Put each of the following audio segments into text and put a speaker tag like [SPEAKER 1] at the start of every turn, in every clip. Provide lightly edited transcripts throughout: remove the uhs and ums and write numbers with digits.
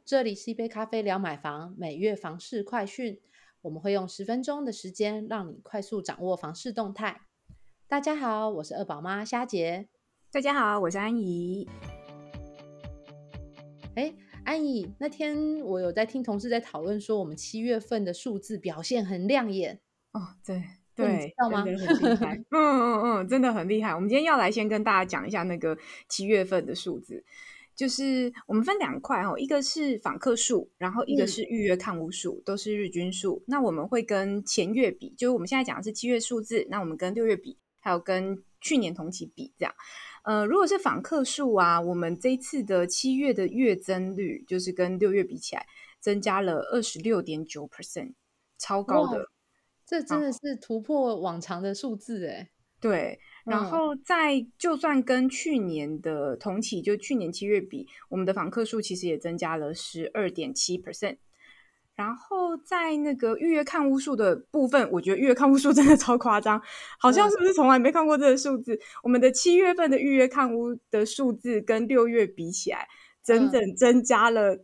[SPEAKER 1] 这里是一杯咖啡聊买房，每月房市快讯，我们会用10分钟的时间让你快速掌握房市动态。大家好，我是二宝妈虾姐。
[SPEAKER 2] 大家好，我是安怡。
[SPEAKER 1] 安怡，那天我有在听同事在讨论说，我们7月份的数字表现很亮眼
[SPEAKER 2] 哦，对
[SPEAKER 1] 这你知
[SPEAKER 2] 对，
[SPEAKER 1] 道吗？
[SPEAKER 2] 真的很厉害。真的很厉害。我们今天要来先跟大家讲一下那个7月份的数字，就是我们分两块一个是访客数，然后一个是预约看屋数，都是日均数。那我们会跟前月比，就是我们现在讲的是7月数字，那我们跟6月比，还有跟去年同期比这样。如果是访客数啊，我们这一次的7月的月增率，就是跟6月比起来，增加了26.9%，超高
[SPEAKER 1] 哇，
[SPEAKER 2] 的。
[SPEAKER 1] 这真的是突破往常的数字诶。
[SPEAKER 2] 对，然后就算跟去年的同期，就去年7月比，我们的访客数其实也增加了12.7%。然后在那个预约看屋数的部分，我觉得预约看屋数真的超夸张，好像是不是从来没看过这个数字？我们的7月份的预约看屋的数字跟6月比起来，整整增加了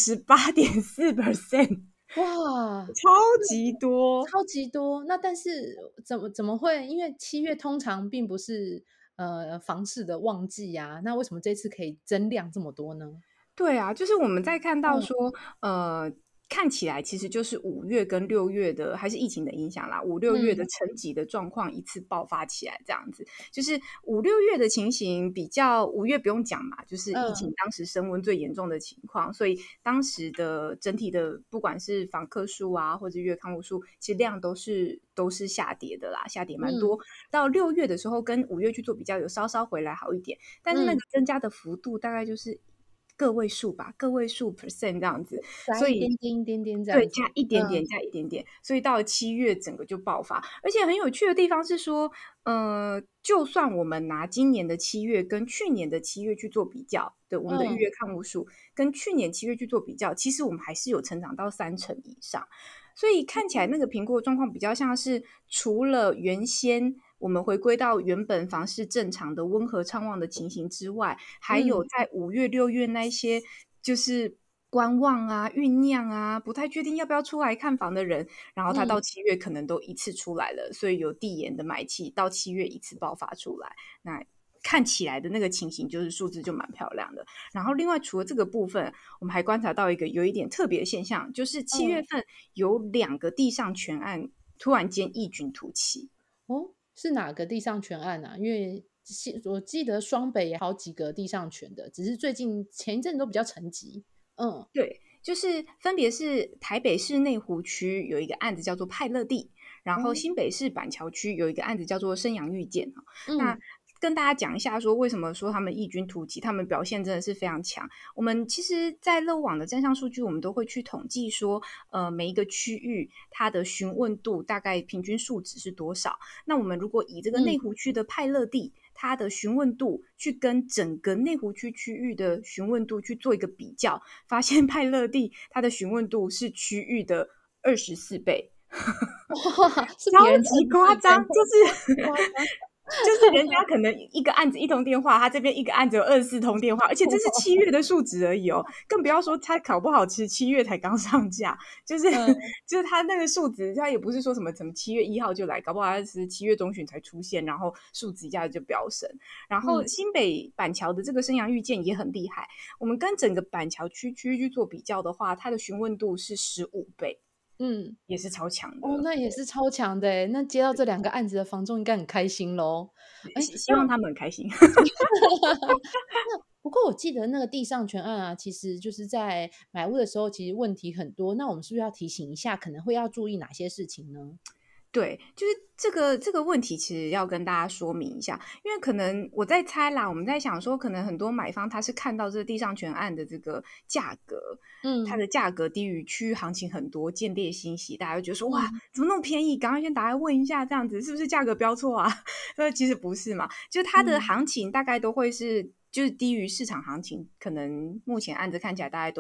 [SPEAKER 2] 58.4%，
[SPEAKER 1] 哇，
[SPEAKER 2] 超级多。
[SPEAKER 1] 超级多。那但是怎么会？因为7月通常并不是房市的旺季啊，那为什么这次可以增量这么多呢？
[SPEAKER 2] 对啊，就是我们在看到说，看起来其实就是5月跟6月的，还是疫情的影响啦，5、6月的层级的状况一次爆发起来，这样子。就是5、6月的情形比较，5月不用讲嘛，就是疫情当时升温最严重的情况，所以当时的整体的不管是访客数啊，或者月看屋数，其实量都是下跌的啦，下跌蛮多。到6月的时候跟5月去做比较，有稍稍回来好一点，但是那个增加的幅度大概就是个位数吧，个位数 percent 这样子，
[SPEAKER 1] 加一
[SPEAKER 2] 所以
[SPEAKER 1] 点点这
[SPEAKER 2] 对，
[SPEAKER 1] 样子。
[SPEAKER 2] 加一点点，加一点点，所以到了7月整个就爆发。而且很有趣的地方是说，就算我们拿今年的7月跟去年的7月去做比较的，我们的预约看屋数跟去年7月去做比较，其实我们还是有成长到30%以上。所以看起来那个评估的状况比较像是，除了原先我们回归到原本房市正常的温和畅旺的情形之外，还有在5月、6月那一些就是观望啊、酝酿啊，不太确定要不要出来看房的人，然后他到7月可能都一次出来了，所以有递延的买气到7月一次爆发出来。那看起来的那个情形就是数字就蛮漂亮的。然后另外除了这个部分，我们还观察到一个有一点特别的现象，就是7月份有2个地上权案突然间异军突起。
[SPEAKER 1] 是哪个地上权案啊？因为我记得双北也好几个地上权的，只是最近前一阵都比较沉寂。
[SPEAKER 2] 对，就是分别是台北市内湖区有一个案子叫做派乐地，然后新北市板桥区有一个案子叫做生阳遇见。那跟大家讲一下说为什么说他们异军突起，他们表现真的是非常强。我们其实在乐网的站上数据，我们都会去统计说每一个区域它的询问度大概平均数值是多少。那我们如果以这个内湖区的派乐地它的询问度去跟整个内湖区区域的询问度去做一个比较，发现派乐地它的询问度是区域的24倍。
[SPEAKER 1] 哇，是
[SPEAKER 2] 超
[SPEAKER 1] 别人
[SPEAKER 2] 级夸张，就是
[SPEAKER 1] 夸张。
[SPEAKER 2] 就是人家可能一个案子1通电话，他这边一个案子有24通电话，而且这是7月的数值而已哦，更不要说他搞不好其实7月才刚上架，就是就是他那个数值，他也不是说什么7月1号就来，搞不好他是7月中旬才出现，然后数值一下就飙升。然后新北板桥的这个生阳遇见也很厉害，我们跟整个板桥区去做比较的话，它的询问度是15倍。也是超强的。
[SPEAKER 1] 那也是超强的欸，那接到这2个案子的房仲应该很开心咯。
[SPEAKER 2] 希望他们很开心。
[SPEAKER 1] 那不过我记得那个地上权案啊，其实就是在买屋的时候，其实问题很多。那我们是不是要提醒一下，可能会要注意哪些事情呢？
[SPEAKER 2] 对，就是这个问题其实要跟大家说明一下，因为可能我在猜啦，我们在想说，可能很多买方他是看到这个地上权案的这个价格，它的价格低于区域行情很多，见猎心喜，大家就觉得说哇，怎么那么便宜？赶快先打来问一下，这样子是不是价格标错啊？所其实不是嘛，就它的行情大概都会是就是低于市场行情，可能目前案子看起来大概都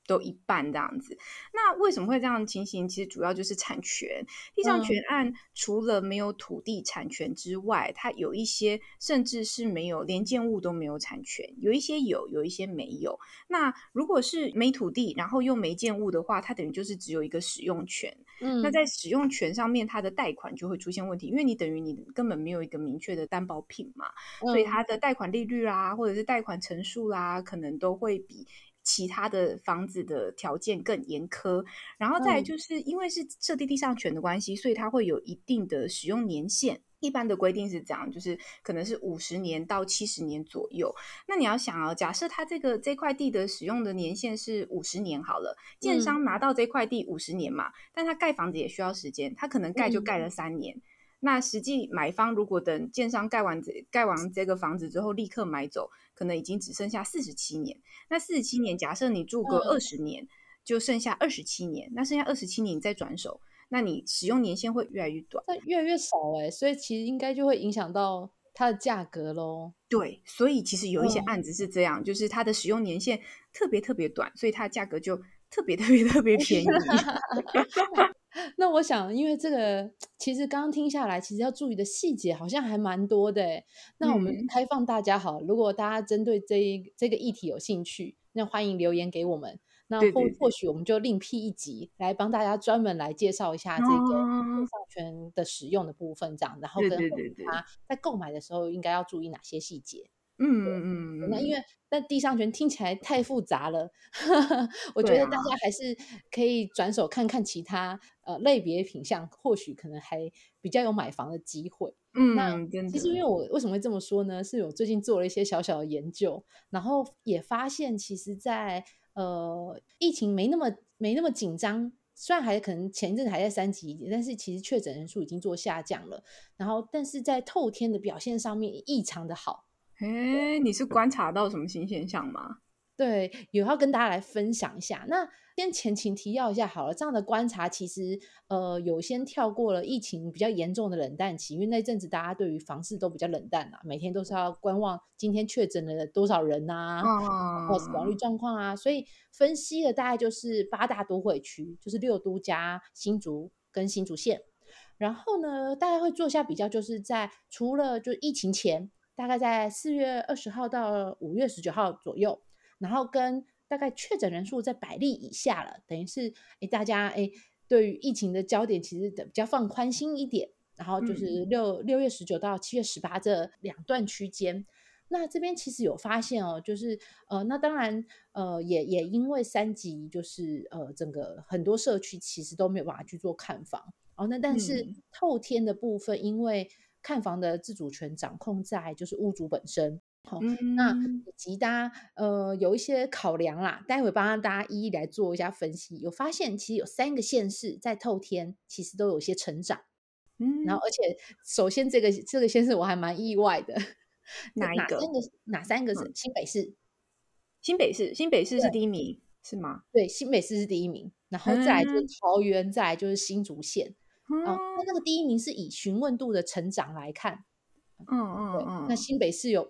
[SPEAKER 2] 都一半这样子。那为什么会这样的情形？其实主要就是产权。地上权
[SPEAKER 1] 嗯
[SPEAKER 2] 案除了没有土地产权之外，它有一些甚至是没有连建物都没有产权，有一些有，有一些没有。那如果是没土地，然后又没建物的话，它等于就是只有一个使用权。那
[SPEAKER 1] 嗯
[SPEAKER 2] 在使用权上面，它的贷款就会出现问题，因为你等于你根本没有一个明确的担保品嘛，所以
[SPEAKER 1] 嗯
[SPEAKER 2] 它的贷款利率啦，或者是贷款成数啦，可能都会比其他的房子的条件更严苛。然后再来
[SPEAKER 1] 嗯
[SPEAKER 2] 就是因为是设定地上权的关系，所以它会有一定的使用年限。一般的规定是这样，就是可能是50年到70年左右。那你要想哦，假设它这块地的使用的年限是50年好了，建
[SPEAKER 1] 嗯
[SPEAKER 2] 商拿到这块地50年嘛，但他盖房子也需要时间，他可能盖就
[SPEAKER 1] 嗯，
[SPEAKER 2] 盖了3年。那实际买方如果等建商盖完这个房子之后立刻买走，可能已经只剩下47年。那47年，假设你住个20年，就剩下27年。那剩下27年你再转手，那你使用年限会越来越短。
[SPEAKER 1] 但越来越少所以其实应该就会影响到它的价格咯。
[SPEAKER 2] 对，所以其实有一些
[SPEAKER 1] 嗯。
[SPEAKER 2] 案子是这样，就是它的使用年限特别特别短，所以它的价格就特别特别特别便宜。
[SPEAKER 1] 那我想，因为这个其实刚刚听下来，其实要注意的细节好像还蛮多的诶。那我们
[SPEAKER 2] 嗯，
[SPEAKER 1] 开放大家好了，如果大家针对这个议题有兴趣，那欢迎留言给我们。那或
[SPEAKER 2] 对对对，
[SPEAKER 1] 或许我们就另辟一集来帮大家专门来介绍一下这个
[SPEAKER 2] 哦，
[SPEAKER 1] 线上权的使用的部分，这样，然后
[SPEAKER 2] 对
[SPEAKER 1] 跟
[SPEAKER 2] 对对对，
[SPEAKER 1] 他在购买的时候应该要注意哪些细节。
[SPEAKER 2] 嗯嗯嗯嗯，
[SPEAKER 1] 那因为地上权听起来太复杂了，我觉
[SPEAKER 2] 对啊，
[SPEAKER 1] 得大家还是可以转手看看其他类别品项，或许可能还比较有买房的机会。那
[SPEAKER 2] 嗯，真的，
[SPEAKER 1] 其实因为我为什么会这么说呢？是我最近做了一些小小的研究，然后也发现，其实在，疫情没那么紧张，虽然还可能前一阵子还在3级，但是其实确诊人数已经做下降了，然后但是在透天的表现上面异常的好。
[SPEAKER 2] 诶，你是观察到什么新现象吗？
[SPEAKER 1] 对，有要跟大家来分享一下。那先前情提要一下好了，这样的观察其实，有先跳过了疫情比较严重的冷淡期，因为那阵子大家对于房市都比较冷淡啦，每天都是要观望今天确诊了多少人呐、然后死亡率
[SPEAKER 2] 嗯，
[SPEAKER 1] 状况啊，所以分析了大概就是8大都会区，就是6都加新竹跟新竹县。然后呢，大概会做一下比较，就是在除了就疫情前，大概在4月20号到5月19号左右，然后跟大概确诊人数在100例以下了，等于是大家对于疫情的焦点其实比较放宽心一点，然后就
[SPEAKER 2] 嗯，
[SPEAKER 1] 是6月19到7月18这2段区间。那这边其实有发现哦，就是那当然也因为3级，就是整个很多社区其实都没有办法去做看房哦。那但是
[SPEAKER 2] 嗯，
[SPEAKER 1] 透天的部分，因为看房的自主权掌控在就是屋主本身，那
[SPEAKER 2] 嗯，
[SPEAKER 1] 以及大家有一些考量啦，待会帮大家一一来做一下分析。有发现其实有3个县市在透天其实都有一些成长，然
[SPEAKER 2] 嗯，
[SPEAKER 1] 后而且首先这个县市我还蛮意外的，这
[SPEAKER 2] 哪一个？
[SPEAKER 1] 哪三个是
[SPEAKER 2] 嗯，
[SPEAKER 1] 新北市？
[SPEAKER 2] 新北市是
[SPEAKER 1] 对
[SPEAKER 2] 第一名，是吗？
[SPEAKER 1] 对，新北市是第一名，然后再来就是
[SPEAKER 2] 嗯，
[SPEAKER 1] 桃园，再来就是新竹县。哦，那个
[SPEAKER 2] 嗯，
[SPEAKER 1] 第一名是以询问度的成长来看，
[SPEAKER 2] 嗯嗯
[SPEAKER 1] 对，那
[SPEAKER 2] 嗯，
[SPEAKER 1] 新北市有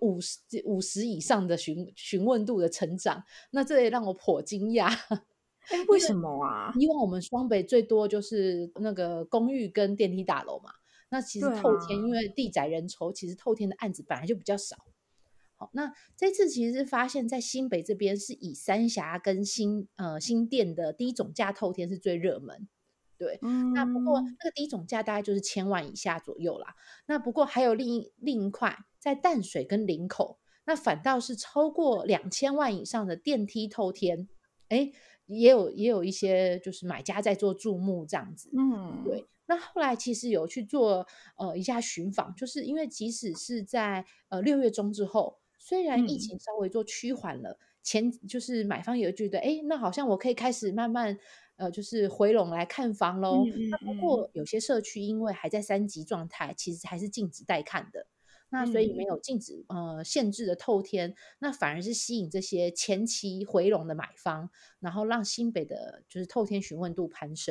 [SPEAKER 1] 50以上的询问度的成长，那这也让我颇惊讶。
[SPEAKER 2] 诶，为
[SPEAKER 1] 因为
[SPEAKER 2] 什么啊？
[SPEAKER 1] 以往我们双北最多就是那个公寓跟电梯大楼嘛，那其实
[SPEAKER 2] 对
[SPEAKER 1] 透天因
[SPEAKER 2] 啊，
[SPEAKER 1] 为地窄人稠，其实透天的案子本来就比较少。好，那这次其实是发现在新北这边是以三峡跟新店的低总价透天是最热门。对，那不过
[SPEAKER 2] 嗯，
[SPEAKER 1] 那个低总价大概就是1000万以下左右啦。那不过还有另一块在淡水跟林口，那反倒是超过2000万以上的电梯透天，诶，也有一些就是买家在做注目这样子。
[SPEAKER 2] 嗯，
[SPEAKER 1] 对，那后来其实有去做一下寻访，就是因为即使是在6月中之后，虽然疫
[SPEAKER 2] 嗯，
[SPEAKER 1] 情稍微做趋缓了，就是买方也觉得，诶，那好像我可以开始慢慢就是回笼来看房
[SPEAKER 2] 嗯
[SPEAKER 1] 喽。那不
[SPEAKER 2] 嗯嗯，
[SPEAKER 1] 过有些社区因为还在3级状态，其实还是禁止带看的。那所以没
[SPEAKER 2] 嗯，
[SPEAKER 1] 有禁止限制的透天，那反而是吸引这些前期回笼的买方，然后让新北的就是透天询问度攀升。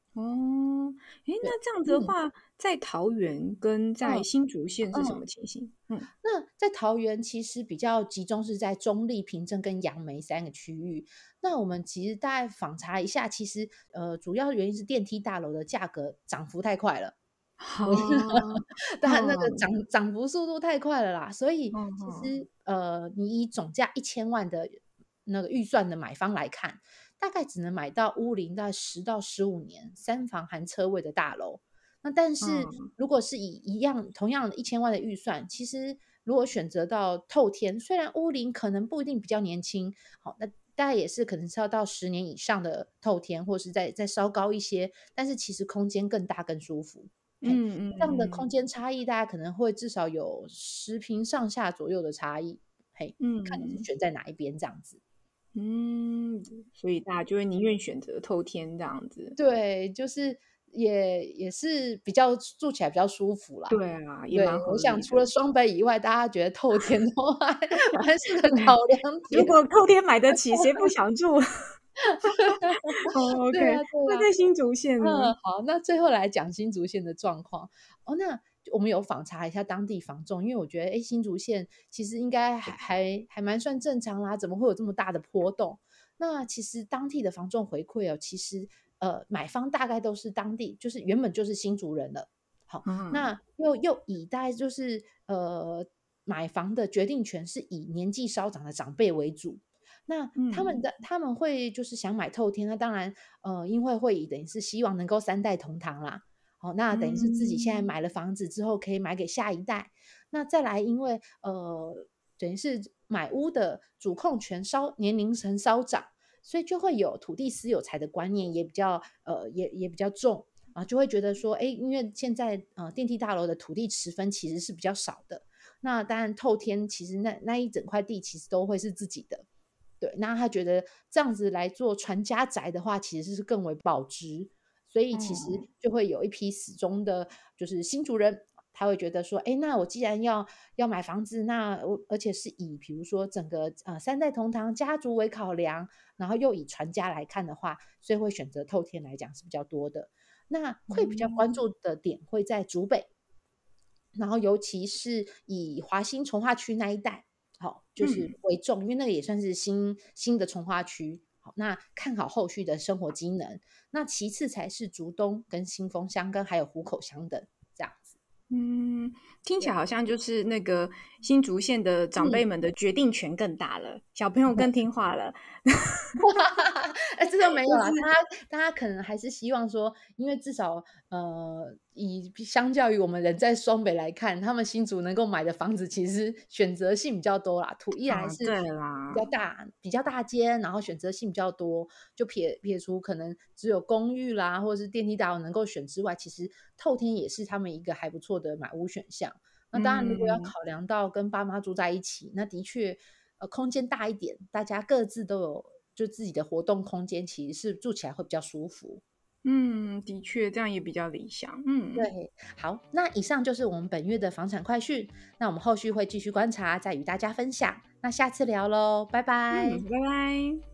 [SPEAKER 2] 哦，诶，
[SPEAKER 1] 对，
[SPEAKER 2] 那这样子的
[SPEAKER 1] 嗯
[SPEAKER 2] 话，在桃园跟在
[SPEAKER 1] 嗯
[SPEAKER 2] 新竹县是什
[SPEAKER 1] 嗯。
[SPEAKER 2] 么情形？嗯，
[SPEAKER 1] 那在桃园其实比较集中是在中立、平镇跟杨梅3个区域。那我们其实大概访查一下，其实主要原因是电梯大楼的价格涨幅太快了。
[SPEAKER 2] 好，
[SPEAKER 1] 但那个
[SPEAKER 2] 嗯，
[SPEAKER 1] 涨幅速度太快了啦，所以
[SPEAKER 2] 嗯哼，
[SPEAKER 1] 其实你以总价1000万的那个预算的买方来看，大概只能买到屋龄大概10到15年3房含车位的大楼。那但是
[SPEAKER 2] 嗯，
[SPEAKER 1] 如果是以同样的1000万的预算，其实如果选择到透天，虽然屋龄可能不一定比较年轻，好，那大概也是可能是要到10年以上的透天，或是再稍高一些，但是其实空间更大更舒服。嘿，
[SPEAKER 2] 嗯嗯
[SPEAKER 1] 这样的空
[SPEAKER 2] 嗯，
[SPEAKER 1] 间差异，大家可能会至少有10平上下左右的差异。嘿，看你是
[SPEAKER 2] 嗯，
[SPEAKER 1] 选在哪一边这样子。
[SPEAKER 2] 嗯，所以大家就会宁愿选择透天这样子。
[SPEAKER 1] 对，就是也是比较住起来比较舒服啦。
[SPEAKER 2] 对啊，也
[SPEAKER 1] 对，
[SPEAKER 2] 蛮合
[SPEAKER 1] 我想
[SPEAKER 2] 理的。
[SPEAKER 1] 除了双北以外，大家觉得透天的话蛮适合考
[SPEAKER 2] 对，
[SPEAKER 1] 量点。
[SPEAKER 2] 如果透天买得起，谁不想住？哦，OK，
[SPEAKER 1] 对啊对啊。
[SPEAKER 2] 那在新竹县呢？
[SPEAKER 1] 好，那最后来讲新竹县的状况。那我们有访查一下当地房仲，因为我觉得，新竹县其实应该还蛮算正常啦，怎么会有这么大的波动？那其实当地的房仲回馈哦，其实买方大概都是当地，就是原本就是新竹人了。好，
[SPEAKER 2] 嗯，
[SPEAKER 1] 那又以大概就是买房的决定权是以年纪稍长的长辈为主。那
[SPEAKER 2] 嗯，
[SPEAKER 1] 他们会就是想买透天，那当然，因为会以等于是希望能够3代同堂啦。好，那等于是自己现在
[SPEAKER 2] 嗯，
[SPEAKER 1] 买了房子之后，可以买给下一代。那再来，因为等于是买屋的主控权年龄层稍长，所以就会有土地私有财的观念也比较也比较重啊，就会觉得说，因为现在电梯大楼的土地持分其实是比较少的，那当然透天其实那一整块地其实都会是自己的。对，那他觉得这样子来做传家宅的话，其实是更为保值，所以其实
[SPEAKER 2] 哦，
[SPEAKER 1] 就会有一批死忠的，就是新竹人，他会觉得说，那我既然要买房子，那而且是以比如说整个3代同堂家族为考量，然后又以传家来看的话，所以会选择透天来讲是比较多的。那会比较关
[SPEAKER 2] 嗯，
[SPEAKER 1] 注的点会在竹北，然后尤其是以华新从化区那一带，好，就是
[SPEAKER 2] 嗯，
[SPEAKER 1] 为重，因为那个也算是新的从化区。好，那看好后续的生活机能，那其次才是竹东跟新丰乡跟还有湖口乡等这样子。
[SPEAKER 2] 嗯，听起来
[SPEAKER 1] 对，
[SPEAKER 2] 好像就是那个新竹县的长辈
[SPEAKER 1] 嗯。
[SPEAKER 2] 们的决定权更大了，小朋友更听话了，
[SPEAKER 1] 这个没有啦，
[SPEAKER 2] 就是
[SPEAKER 1] 大家可能还是希望说，因为至少相较于我们人在双北来看，他们新竹能够买的房子其实选择性比较多啦。一来
[SPEAKER 2] 啊，
[SPEAKER 1] 是
[SPEAKER 2] 对啦，
[SPEAKER 1] 比较大间，然后选择性比较多，就撇除可能只有公寓啦，或者是电梯大楼能够选之外，其实透天也是他们一个还不错的买屋选项。那当然，如果要
[SPEAKER 2] 嗯。
[SPEAKER 1] 考量到跟爸妈住在一起，那的确，空间大一点，大家各自都有就自己的活动空间，其实是住起来会比较舒服。
[SPEAKER 2] 嗯，的确，这样也比较理想。嗯
[SPEAKER 1] 对，好，那以上就是我们本月的房产快讯，那我们后续会继续观察，再与大家分享。那下次聊喽，拜拜。
[SPEAKER 2] 嗯，拜拜。